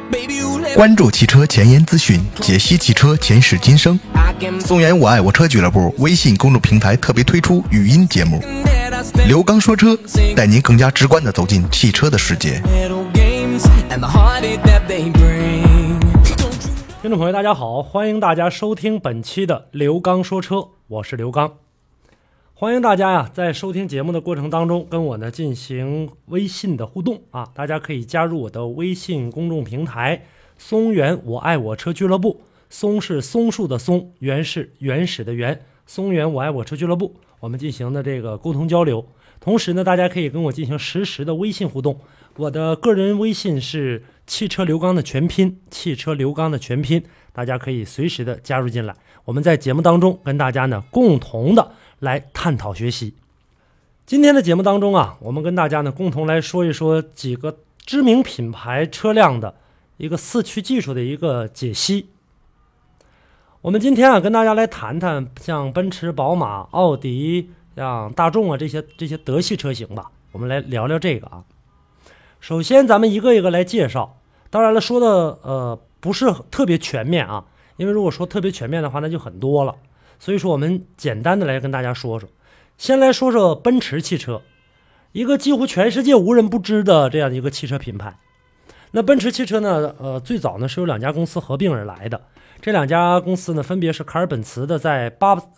关注汽车前沿资讯，解析汽车前世今生。松原我爱我车俱乐部微信公众平台特别推出语音节目，刘刚说车，带您更加直观地走进汽车的世界。 听众朋友大家好，欢迎大家收听本期的刘刚说车，我是刘刚。欢迎大家在收听节目的过程当中跟我呢进行微信的互动啊，大家可以加入我的微信公众平台松原我爱我车俱乐部，松是松树的松，原是原始的原，松原我爱我车俱乐部，我们进行的这个沟通交流。同时呢，大家可以跟我进行实时的微信互动，我的个人微信是汽车刘刚的全拼，汽车刘刚的全拼，大家可以随时的加入进来，我们在节目当中跟大家呢共同的来探讨学习。今天的节目当中啊，我们跟大家呢共同来说一说几个知名品牌车辆的一个四驱技术的一个解析。我们今天啊跟大家来谈谈像奔驰、宝马、奥迪、像大众啊这些德系车型吧，我们来聊聊这个啊。首先咱们一个一个来介绍，当然了说的不是特别全面啊，因为如果说特别全面的话那就很多了，所以说我们简单的来跟大家说说。先来说说奔驰汽车，一个几乎全世界无人不知的这样一个汽车品牌。那奔驰汽车呢最早呢是由两家公司合并而来的，这两家公司呢分别是卡尔本茨的在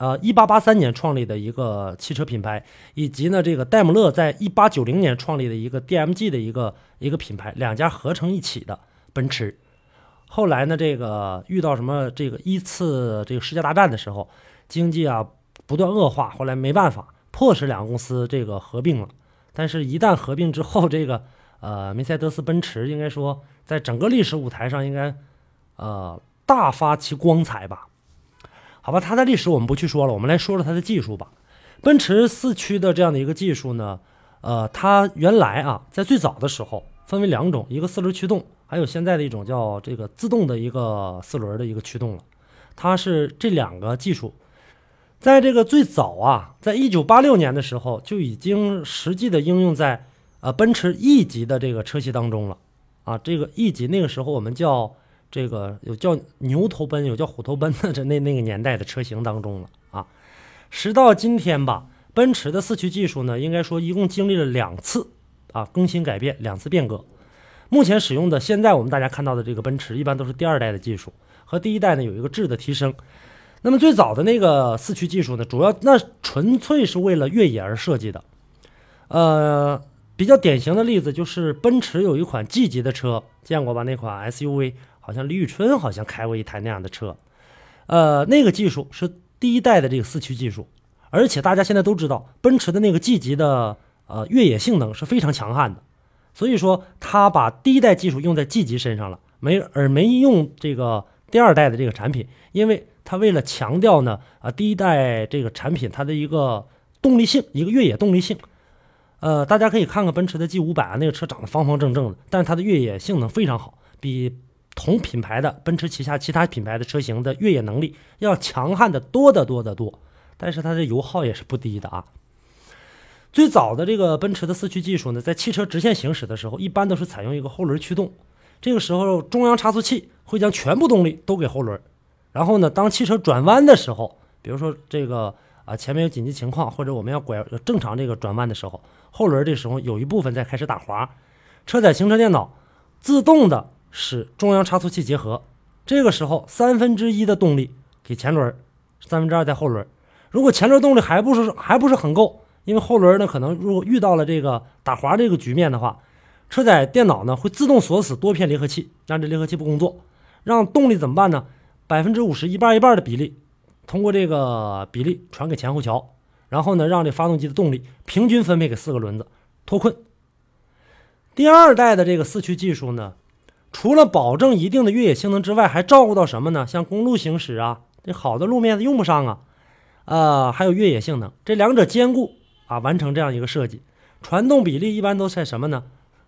1883年创立的一个汽车品牌，以及呢这个戴姆勒在1890年创立的一个 DMG 的一个品牌，两家合成一起的奔驰。后来呢这个遇到什么这个一次这个世界大战的时候，经济啊不断恶化，后来没办法迫使两个公司这个合并了。但是一旦合并之后，这个梅赛德斯奔驰应该说在整个历史舞台上应该大发其光彩吧。好吧，它的历史我们不去说了，我们来说说它的技术吧。奔驰四驱的这样的一个技术呢它原来啊在最早的时候分为两种，一个四轮驱动，还有现在的一种叫这个自动的一个四轮的一个驱动了。它是这两个技术在这个最早啊，在1986年的时候就已经实际的应用在奔驰 E 级的这个车系当中了啊。这个 E 级那个时候我们叫这个有叫牛头奔，有叫虎头奔的那个年代的车型当中了啊。时到今天吧，奔驰的四驱技术呢，应该说一共经历了2次啊更新改变，2次变革。目前使用的现在我们大家看到的这个奔驰一般都是第2代的技术，和第1代呢有一个质的提升。那么最早的那个四驱技术呢，主要那纯粹是为了越野而设计的。比较典型的例子就是奔驰有一款 G 级的车，见过吧？那款 SUV 好像李宇春好像开过一台那样的车。那个技术是第1代的这个四驱技术，而且大家现在都知道，奔驰的那个 G 级的越野性能是非常强悍的，所以说他把第1代技术用在 G 级身上了，没用这个第2代的这个产品，因为他为了强调呢第1代这个产品它的一个动力性，一个越野动力性。大家可以看看奔驰的 G500 啊，那个车长得方方正正的，但是它的越野性能非常好，比同品牌的奔驰旗下其他品牌的车型的越野能力要强悍的多得多得多，但是它的油耗也是不低的啊。最早的这个奔驰的四驱技术呢，在汽车直线行驶的时候一般都是采用一个后轮驱动，这个时候中央差速器会将全部动力都给后轮，然后呢当汽车转弯的时候，比如说这个前面有紧急情况，或者我们要正常这个转弯的时候，后轮这时候有一部分在开始打滑，车载行车电脑自动的使中央差速器结合，这个时候1/3的动力给前轮，2/3在后轮。如果前轮动力还不是很够，因为后轮呢可能如果遇到了这个打滑这个局面的话，车载电脑呢会自动锁死多片离合器，让这离合器不工作，让动力怎么办呢？50%一半一半的比例，通过这个比例传给前后桥，然后呢让这发动机的动力平均分配给4个轮子，脱困。第2代的这个四驱技术呢，除了保证一定的越野性能之外，还照顾到什么呢？像公路行驶啊，这好的路面用不上啊，还有越野性能，这两者兼顾啊，完成这样一个设计。传动比例一般都在什么呢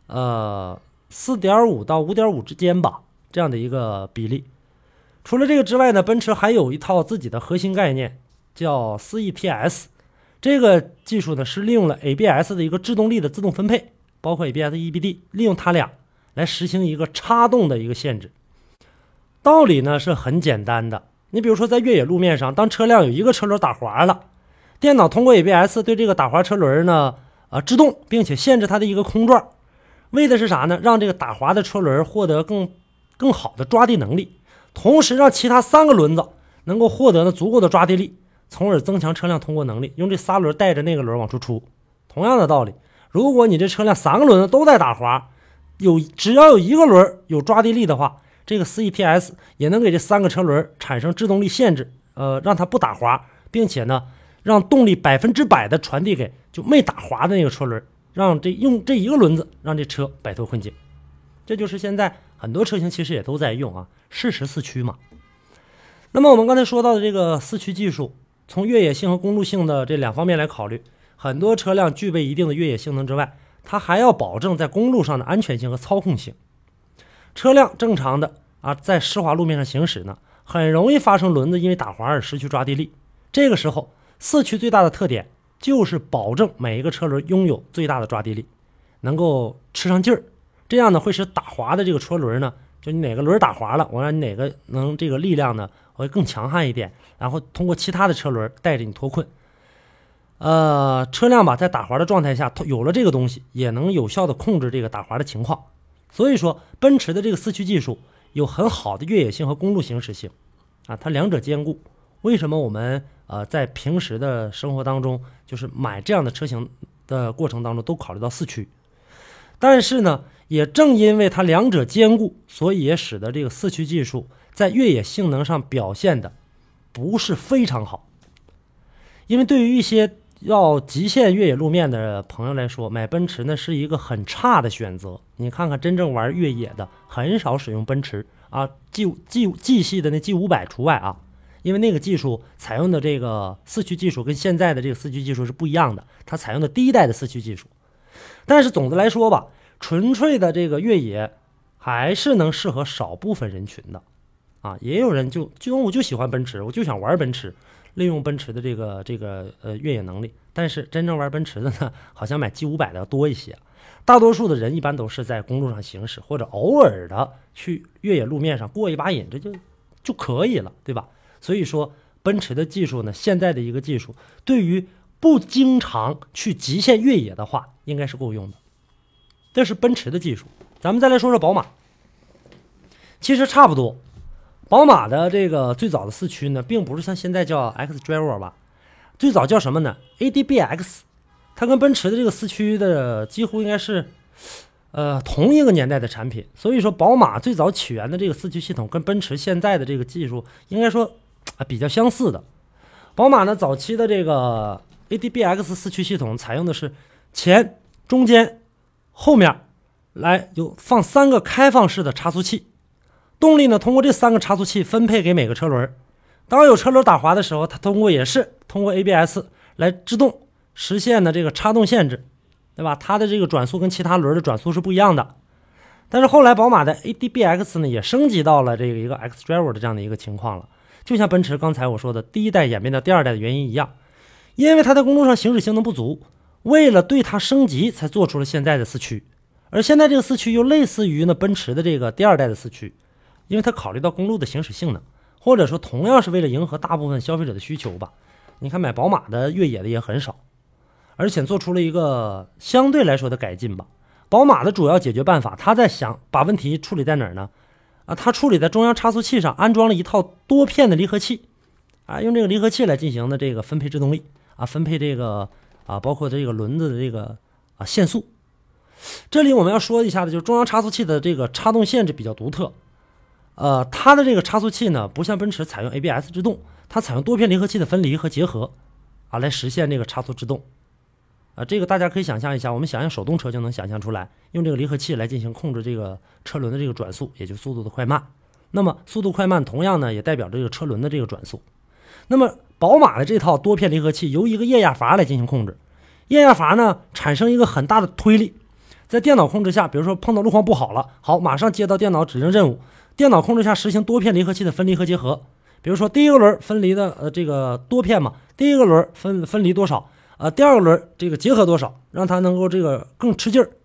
？4.5到5.5之间吧，这样的一个比例。除了这个之外呢，奔驰还有一套自己的核心概念，叫4ETS。这个技术呢是利用了 ABS 的一个制动力的自动分配，包括 ABS、EBD， 利用它俩来实行一个插动的一个限制。道理呢是很简单的，你比如说在越野路面上，当车辆有一个车轮打滑了，电脑通过 ABS 对这个打滑车轮呢制动，并且限制它的一个空转，为的是啥呢？让这个打滑的车轮获得更好的抓地能力，同时让其他3个轮子能够获得足够的抓地力，从而增强车辆通过能力，用这3轮带着那个轮往出出。同样的道理，如果你这车辆3个轮子都在打滑，只要有一个轮有抓地力的话，这个 CEPS 也能给这3个车轮产生制动力限制，让它不打滑，并且呢让动力100%的传递给就没打滑的那个车轮，让用这一个轮子让这车摆脱困境。这就是现在很多车型其实也都在用适时四驱嘛。那么我们刚才说到的这个四驱技术，从越野性和公路性的这2方面来考虑，很多车辆具备一定的越野性能之外，它还要保证在公路上的安全性和操控性。车辆正常的在湿滑路面上行驶呢，很容易发生轮子因为打滑而失去抓地力。这个时候四驱最大的特点就是保证每一个车轮拥有最大的抓地力，能够吃上劲儿，这样呢会使打滑的这个车轮呢，就你哪个轮打滑了，我让你哪个能这个力量呢会更强悍一点，然后通过其他的车轮带着你脱困。车辆吧在打滑的状态下有了这个东西，也能有效的控制这个打滑的情况。所以说奔驰的这个四驱技术有很好的越野性和公路行驶性它两者兼顾。为什么我们在平时的生活当中，就是买这样的车型的过程当中都考虑到四驱？但是呢，也正因为它两者兼顾，所以也使得这个四驱技术在越野性能上表现的不是非常好。因为对于一些要极限越野路面的朋友来说，买奔驰呢是一个很差的选择。你看看真正玩越野的很少使用奔驰G 系的那 G500 除外因为那个技术采用的这个四驱技术跟现在的这个四驱技术是不一样的，它采用的第一代的四驱技术。但是总的来说吧，纯粹的这个越野还是能适合少部分人群的也有人我就喜欢奔驰，我就想玩奔驰，利用奔驰的这个越野能力。但是真正玩奔驰的呢，好像买 G500 的要多一些。大多数的人一般都是在公路上行驶，或者偶尔的去越野路面上过一把瘾，这就可以了，对吧？所以说奔驰的技术呢，现在的一个技术对于不经常去极限越野的话应该是够用的。这是奔驰的技术。咱们再来说说宝马，其实差不多。宝马的这个最早的四驱呢，并不是像现在叫 xDrive 吧，最早叫什么呢？ ADBX。 它跟奔驰的这个四驱的几乎应该是同一个年代的产品。所以说宝马最早起源的这个四驱系统跟奔驰现在的这个技术应该说比较相似的。宝马呢早期的这个 ADBX 四驱系统采用的是前中间后面来有放3个开放式的差速器，动力呢通过这3个差速器分配给每个车轮。当有车轮打滑的时候，它通过 ABS 来制动实现的这个插动限制，对吧？它的这个转速跟其他轮的转速是不一样的。但是后来宝马的 ADBX 呢也升级到了这个一个 xDrive 的这样的一个情况了。就像奔驰刚才我说的第一代演变到第二代的原因一样，因为它在公路上行驶性能不足，为了对它升级才做出了现在的四驱。而现在这个四驱又类似于呢奔驰的这个第二代的四驱，因为它考虑到公路的行驶性能，或者说同样是为了迎合大部分消费者的需求吧。你看买宝马的越野的也很少，而且做出了一个相对来说的改进吧。宝马的主要解决办法，它在想把问题处理在哪儿呢？它处理在中央差速器上安装了一套多片的离合器用这个离合器来进行的这个分配制动力分配这个包括这个轮子的这个限速。这里我们要说一下的就是中央差速器的这个插动限制比较独特。它的这个差速器呢，不像奔驰采用 ABS 制动，它采用多片离合器的分离和结合来实现这个差速制动。这个大家可以想象一下，我们想象手动车就能想象出来，用这个离合器来进行控制这个车轮的这个转速，也就是速度的快慢。那么速度快慢同样呢也代表这个车轮的这个转速。那么宝马的这套多片离合器由一个液压阀来进行控制，液压阀呢产生一个很大的推力，在电脑控制下，比如说碰到路况不好了，好，马上接到电脑指令任务，电脑控制下实行多片离合器的分离和结合。比如说第一个轮分离的这个多片嘛，第一个轮分离多少第二个轮这个结合多少，让它能够这个更吃劲儿。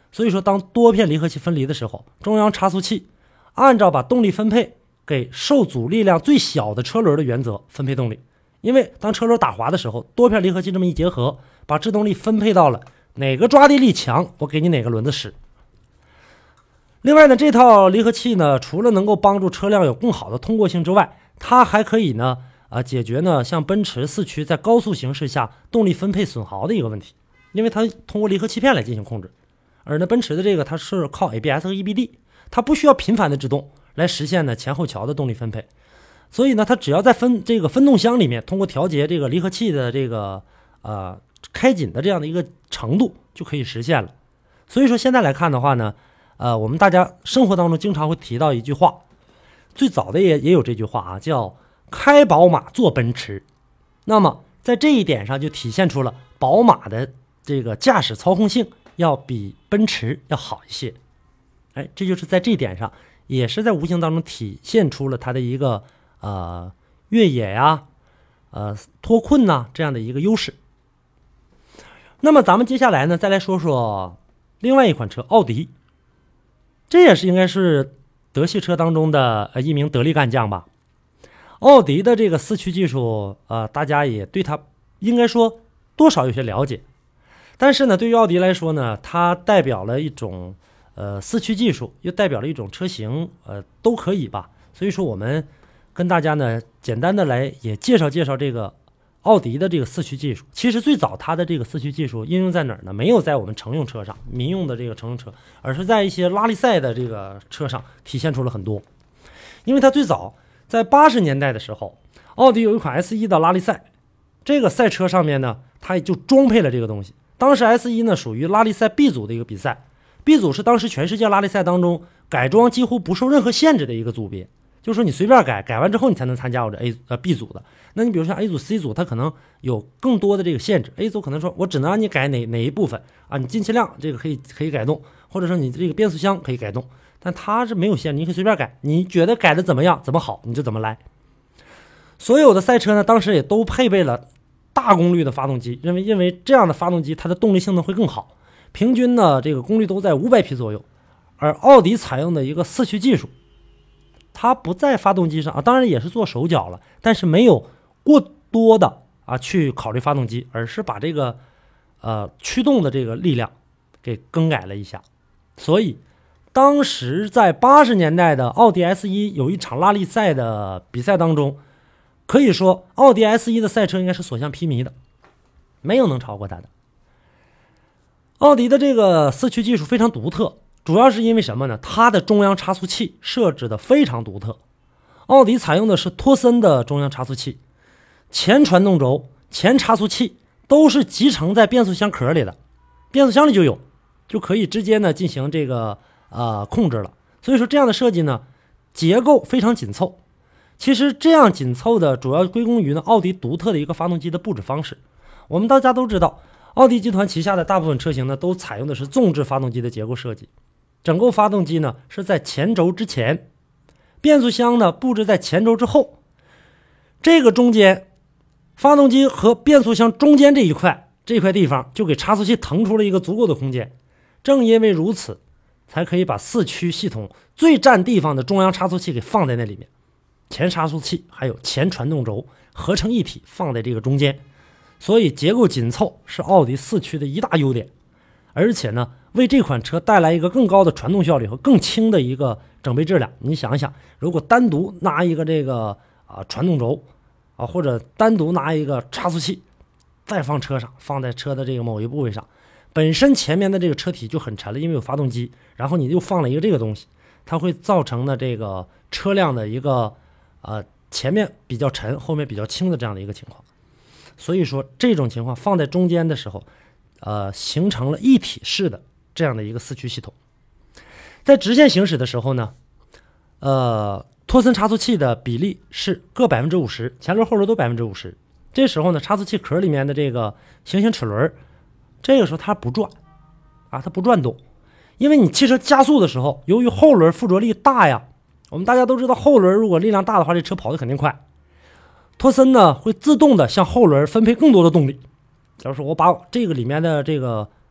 所以说当多片离合器分离的时候，中央差速器按照把动力分配给受阻力量最小的车轮的原则分配动力。因为当车轮打滑的时候，多片离合器这么一结合，把制动力分配到了哪个抓地力强，我给你哪个轮子使。另外呢，这套离合器呢，除了能够帮助车辆有更好的通过性之外，它还可以呢解决呢像奔驰四驱在高速行驶下动力分配损耗的一个问题，因为它通过离合器片来进行控制。而呢奔驰的这个它是靠 ABS 和 EBD， 它不需要频繁的制动来实现呢前后桥的动力分配。所以呢，它只要在这个分动箱里面通过调节这个离合器的这个开紧的这样的一个程度就可以实现了。所以说现在来看的话呢，我们大家生活当中经常会提到一句话，最早的也有这句话啊，叫开宝马坐奔驰。那么在这一点上就体现出了宝马的这个驾驶操控性要比奔驰要好一些。这就是在这一点上也是在无形当中体现出了它的一个越野呀脱困呐这样的一个优势。那么咱们接下来呢再来说说另外一款车奥迪，这也是应该是德系车当中的一名得力干将吧。奥迪的这个四驱技术大家也对它应该说多少有些了解，但是呢对于奥迪来说呢，它代表了一种四驱技术，又代表了一种车型都可以吧。所以说我们跟大家呢简单的来也介绍介绍这个奥迪的这个四驱技术。其实最早它的这个四驱技术应用在哪儿呢？没有在我们乘用车上，民用的这个乘用车，而是在一些拉力赛的这个车上体现出了很多。因为它最早在80年代的时候，奥迪有一款 S1 的拉力赛，这个赛车上面呢它也就装配了这个东西。当时 S1 呢属于拉力赛 B 组的一个比赛， B 组是当时全世界拉力赛当中改装几乎不受任何限制的一个组别，就是说你随便改完之后你才能参加我这 B 组的。那你比如像 A 组 C 组，它可能有更多的这个限制， A 组可能说我只能让你改哪一部分啊，你进气量这个可以改动，或者说你这个变速箱可以改动，但它是没有限制，你可以随便改，你觉得改的怎么样怎么好你就怎么来。所有的赛车呢当时也都配备了大功率的发动机，因为这样的发动机它的动力性能会更好，平均呢这个功率都在500匹左右。而奥迪采用的一个四驱技术，它不在发动机上当然也是做手脚了，但是没有过多的去考虑发动机，而是把这个驱动的这个力量给更改了一下。所以当时在80年代的奥迪 S1 有一场拉力赛的比赛当中，可以说奥迪 S1 的赛车应该是所向披靡的，没有能超过它的。奥迪的这个四驱技术非常独特，主要是因为什么呢？它的中央差速器设置的非常独特。奥迪采用的是托森的中央差速器，前传动轴、前差速器都是集成在变速箱壳里的，变速箱里就可以直接呢进行这个控制了。所以说这样的设计呢，结构非常紧凑。其实这样紧凑的主要归功于呢奥迪独特的一个发动机的布置方式。我们大家都知道，奥迪集团旗下的大部分车型呢都采用的是纵置发动机的结构设计，整个发动机呢是在前轴之前，变速箱呢布置在前轴之后，这个中间发动机和变速箱中间这块地方就给差速器腾出了一个足够的空间。正因为如此，才可以把四驱系统最占地方的中央差速器给放在那里面，前差速器还有前传动轴合成一体放在这个中间，所以结构紧凑是奥迪四驱的一大优点。而且呢为这款车带来一个更高的传动效率和更轻的一个整备质量。你想一想，如果单独拿一个这个传动轴或者单独拿一个差速器再放车上，放在车的这个某一部位上，本身前面的这个车体就很沉了，因为有发动机，然后你又放了一个这个东西，它会造成的这个车辆的一个前面比较沉后面比较轻的这样的一个情况。所以说这种情况放在中间的时候形成了一体式的这样的一个四驱系统。在直线行驶的时候呢托森差速器的比例是各 50%， 前轮后轮都 50%。 这时候呢差速器壳里面的这个行星齿轮这个时候它不转它不转动，因为你汽车加速的时候，由于后轮附着力大呀，我们大家都知道后轮如果力量大的话，这车跑得肯定快。托森呢会自动的向后轮分配更多的动力。假如说我把这个里面的这个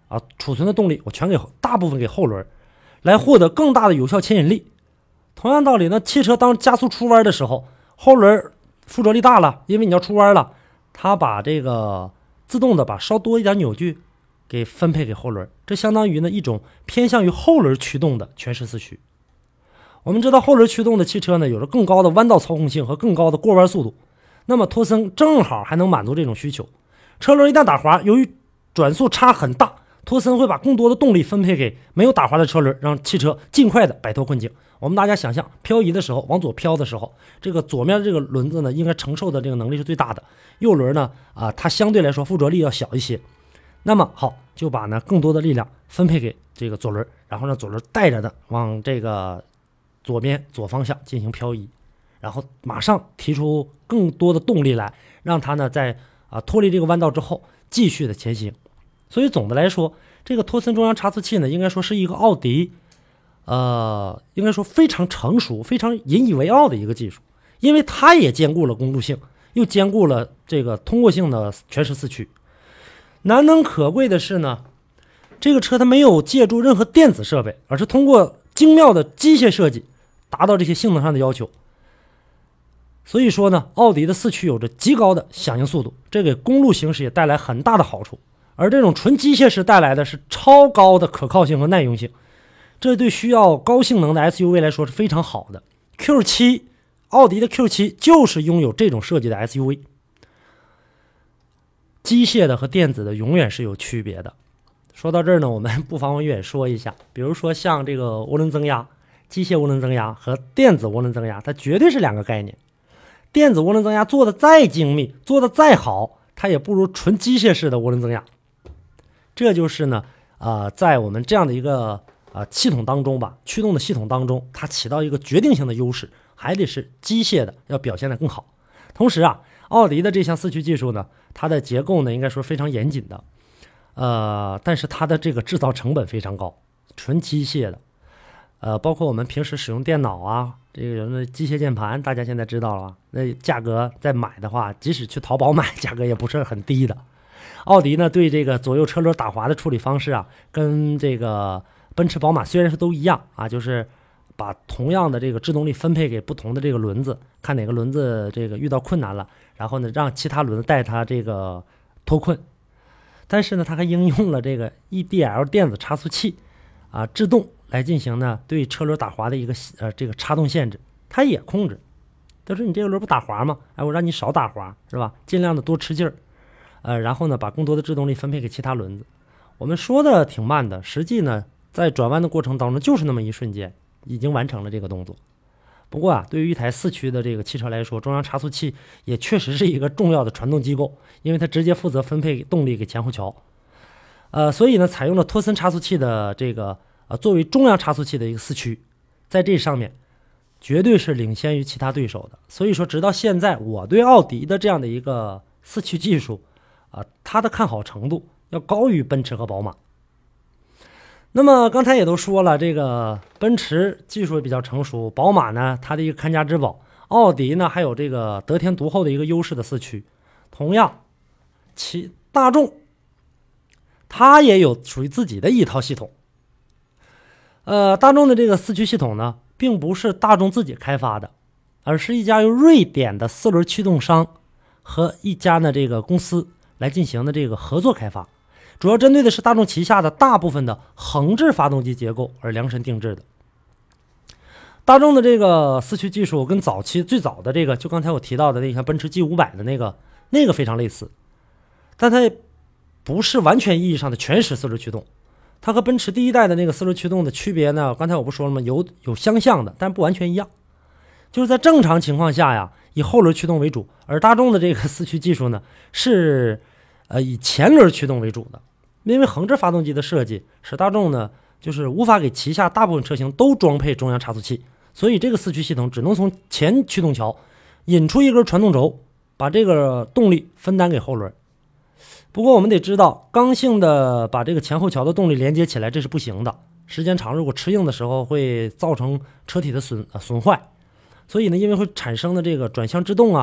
储存的动力我全给大部分给后轮，来获得更大的有效牵引力。同样道理呢，汽车当加速出弯的时候，后轮附着力大了，因为你要出弯了，它把这个自动的把稍多一点扭矩给分配给后轮，这相当于呢一种偏向于后轮驱动的全时四驱。我们知道后轮驱动的汽车呢有着更高的弯道操控性和更高的过弯速度，那么托森正好还能满足这种需求。车轮一旦打滑，由于转速差很大，托森会把更多的动力分配给没有打滑的车轮，让汽车尽快的摆脱困境。我们大家想象漂移的时候，往左飘的时候，这个左面这个轮子呢应该承受的这个能力是最大的，右轮呢它相对来说附着力要小一些。那么好，就把呢更多的力量分配给这个左轮，然后让左轮带着的往这个左边左方向进行漂移，然后马上提出更多的动力来，让它呢在脱离这个弯道之后继续的前行。所以总的来说，这个托森中央差速器呢，应该说是一个奥迪应该说非常成熟非常引以为傲的一个技术，因为它也兼顾了公路性，又兼顾了这个通过性的全时四驱。难能可贵的是呢，这个车它没有借助任何电子设备，而是通过精妙的机械设计达到这些性能上的要求。所以说呢，奥迪的四驱有着极高的响应速度，这给公路行驶也带来很大的好处。而这种纯机械式带来的是超高的可靠性和耐用性，这对需要高性能的 SUV 来说是非常好的。Q7， 奥迪的 Q7 就是拥有这种设计的 SUV。机械的和电子的永远是有区别的。说到这儿呢，我们不妨往远说一下，比如说像这个涡轮增压，机械涡轮增压和电子涡轮增压，它绝对是两个概念。电子涡轮增压做的再精密，做的再好，它也不如纯机械式的涡轮增压。这就是呢，在我们这样的一个系统当中吧，驱动的系统当中，它起到一个决定性的优势，还得是机械的要表现得更好。同时奥迪的这项四驱技术呢，它的结构呢应该说非常严谨的，但是它的这个制造成本非常高，纯机械的，包括我们平时使用电脑这个机械键盘，大家现在知道了，那价格再买的话，即使去淘宝买，价格也不是很低的。奥迪呢对这个左右车轮打滑的处理方式跟这个奔驰宝马虽然是都一样就是把同样的这个制动力分配给不同的这个轮子，看哪个轮子这个遇到困难了，然后呢让其他轮子带它这个脱困。但是呢它还应用了这个 EDL 电子差速器制动来进行呢对车轮打滑的一个这个插动限制，它也控制。他说你这个轮不打滑吗？我让你少打滑是吧？尽量的多吃劲儿。然后呢把更多的制动力分配给其他轮子。我们说的挺慢的，实际呢在转弯的过程当中就是那么一瞬间已经完成了这个动作。不过对于一台四驱的这个汽车来说，中央差速器也确实是一个重要的传动机构，因为它直接负责分配动力给前后桥。所以呢采用了托森差速器的这个作为中央差速器的一个四驱，在这上面绝对是领先于其他对手的。所以说直到现在，我对奥迪的这样的一个四驱技术它的看好程度要高于奔驰和宝马。那么刚才也都说了，这个奔驰技术也比较成熟，宝马呢它的一个看家之宝，奥迪呢还有这个得天独厚的一个优势的四驱。同样大众它也有属于自己的一套系统。大众的这个四驱系统呢并不是大众自己开发的，而是一家由瑞典的四轮驱动商和一家呢这个公司来进行的这个合作开发，主要针对的是大众旗下的大部分的横置发动机结构而量身定制的。大众的这个四驱技术跟早期最早的这个，就刚才我提到的那像奔驰 G500 的那个非常类似，但它不是完全意义上的全时四轮驱动。它和奔驰第一代的那个四轮驱动的区别呢，刚才我不说了吗？有相像的，但不完全一样。就是在正常情况下以后轮驱动为主，而大众的这个四驱技术呢是以前轮驱动为主的。因为横置发动机的设计使大众呢就是无法给旗下大部分车型都装配中央差速器，所以这个四驱系统只能从前驱动桥引出一根传动轴，把这个动力分担给后轮。不过我们得知道，刚性的把这个前后桥的动力连接起来这是不行的，时间长如果吃硬的时候会造成车体的损坏。所以呢因为会产生的这个转向制动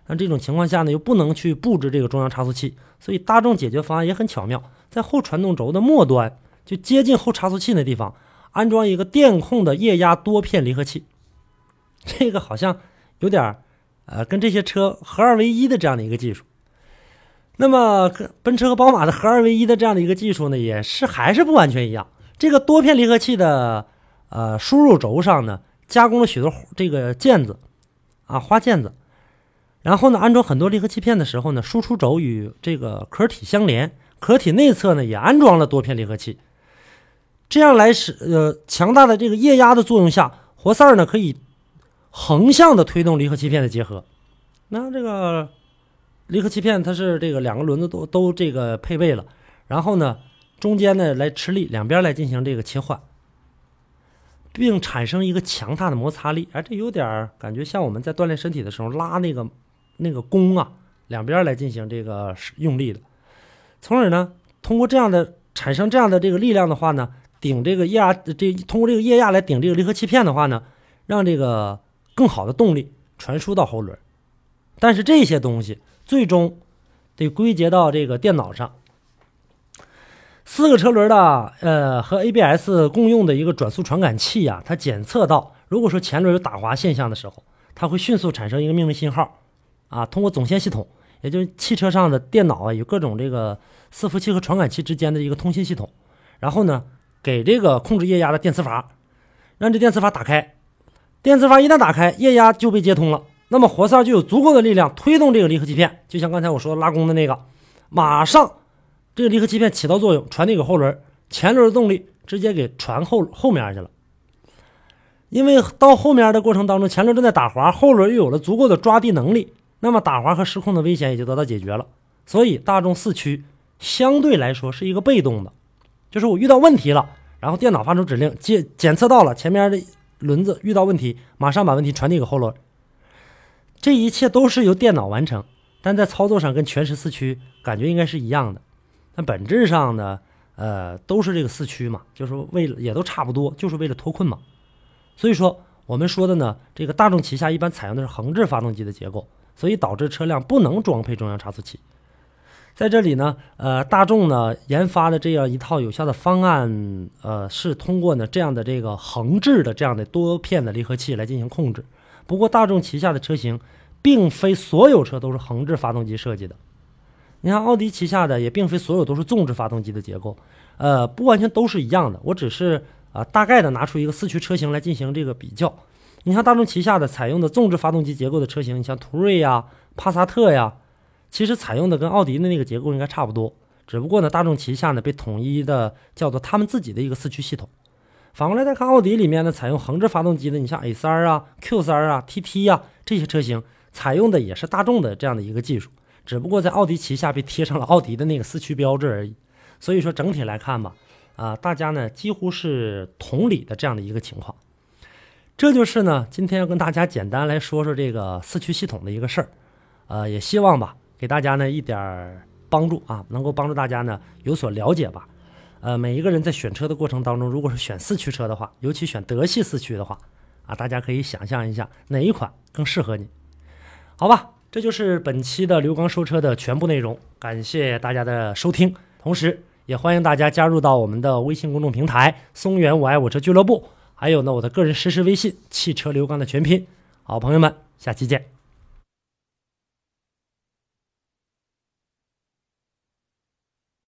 那这种情况下呢，又不能去布置这个中央差速器，所以大众解决方案也很巧妙，在后传动轴的末端，就接近后差速器那地方，安装一个电控的液压多片离合器。这个好像有点跟这些车合二为一的这样的一个技术。那么奔驰和宝马的合二为一的这样的一个技术呢，还是不完全一样。这个多片离合器的输入轴上呢，加工了许多这个键子花键子，然后呢安装很多离合器片的时候呢，输出轴与这个壳体相连，壳体内侧呢也安装了多片离合器。这样来强大的这个液压的作用下，活塞呢可以横向的推动离合器片的结合。那这个离合器片它是这个两个轮子都这个配备了，然后呢中间呢来吃力，两边来进行这个切换，并产生一个强大的摩擦力。这有点感觉像我们在锻炼身体的时候拉那个弓两边来进行这个用力的。从而呢通过这样的产生这样的这个力量的话呢，顶这个液压，通过这个液压来顶这个离合器片的话呢，让这个更好的动力传输到后轮。但是这些东西最终得归结到这个电脑上。4个车轮的和 ABS 共用的一个转速传感器它检测到如果说前轮有打滑现象的时候，它会迅速产生一个命令信号通过总线系统，也就是汽车上的电脑有各种这个伺服器和传感器之间的一个通信系统，然后呢给这个控制液压的电磁阀，让这电磁阀打开。电磁阀一旦打开，液压就被接通了，那么活塞就有足够的力量推动这个离合器片，就像刚才我说的拉弓的那个，马上这个离合器片起到作用，传递给后轮，前轮的动力直接给传后面去了。因为到后面的过程当中，前轮正在打滑，后轮又有了足够的抓地能力，那么打滑和失控的危险也就得到解决了。所以大众四驱相对来说是一个被动的，就是我遇到问题了，然后电脑发出指令，检测到了前面的轮子遇到问题，马上把问题传递给后轮。这一切都是由电脑完成，但在操作上跟全时四驱感觉应该是一样的。但本质上呢都是这个四驱嘛，就是为了也都差不多，就是为了脱困嘛。所以说我们说的呢，这个大众旗下一般采用的是横置发动机的结构，所以导致车辆不能装配中央差速器。在这里呢大众呢研发的这样一套有效的方案是通过呢这样的这个横置的这样的多片的离合器来进行控制。不过大众旗下的车型并非所有车都是横置发动机设计的，你看奥迪旗下的也并非所有都是纵置发动机的结构，不完全都是一样的。我只是大概的拿出一个四驱车型来进行这个比较。你像大众旗下的采用的纵置发动机结构的车型，你像途锐帕萨特其实采用的跟奥迪的那个结构应该差不多，只不过呢大众旗下呢被统一的叫做他们自己的一个四驱系统。反过来再看奥迪里面呢采用横置发动机的，你像 A3 Q3 TT 这些车型采用的也是大众的这样的一个技术，只不过在奥迪旗下被贴上了奥迪的那个四驱标志而已。所以说整体来看吧大家呢几乎是同理的这样的一个情况。这就是呢今天要跟大家简单来说说这个四驱系统的一个事儿，也希望吧给大家呢一点帮助能够帮助大家呢有所了解吧。每一个人在选车的过程当中，如果是选四驱车的话，尤其选德系四驱的话大家可以想象一下哪一款更适合你。好吧，这就是本期的刘刚说车的全部内容，感谢大家的收听，同时也欢迎大家加入到我们的微信公众平台松原我爱我车俱乐部，还有呢我的个人实时微信汽车刘刚的全拼。好朋友们，下期见。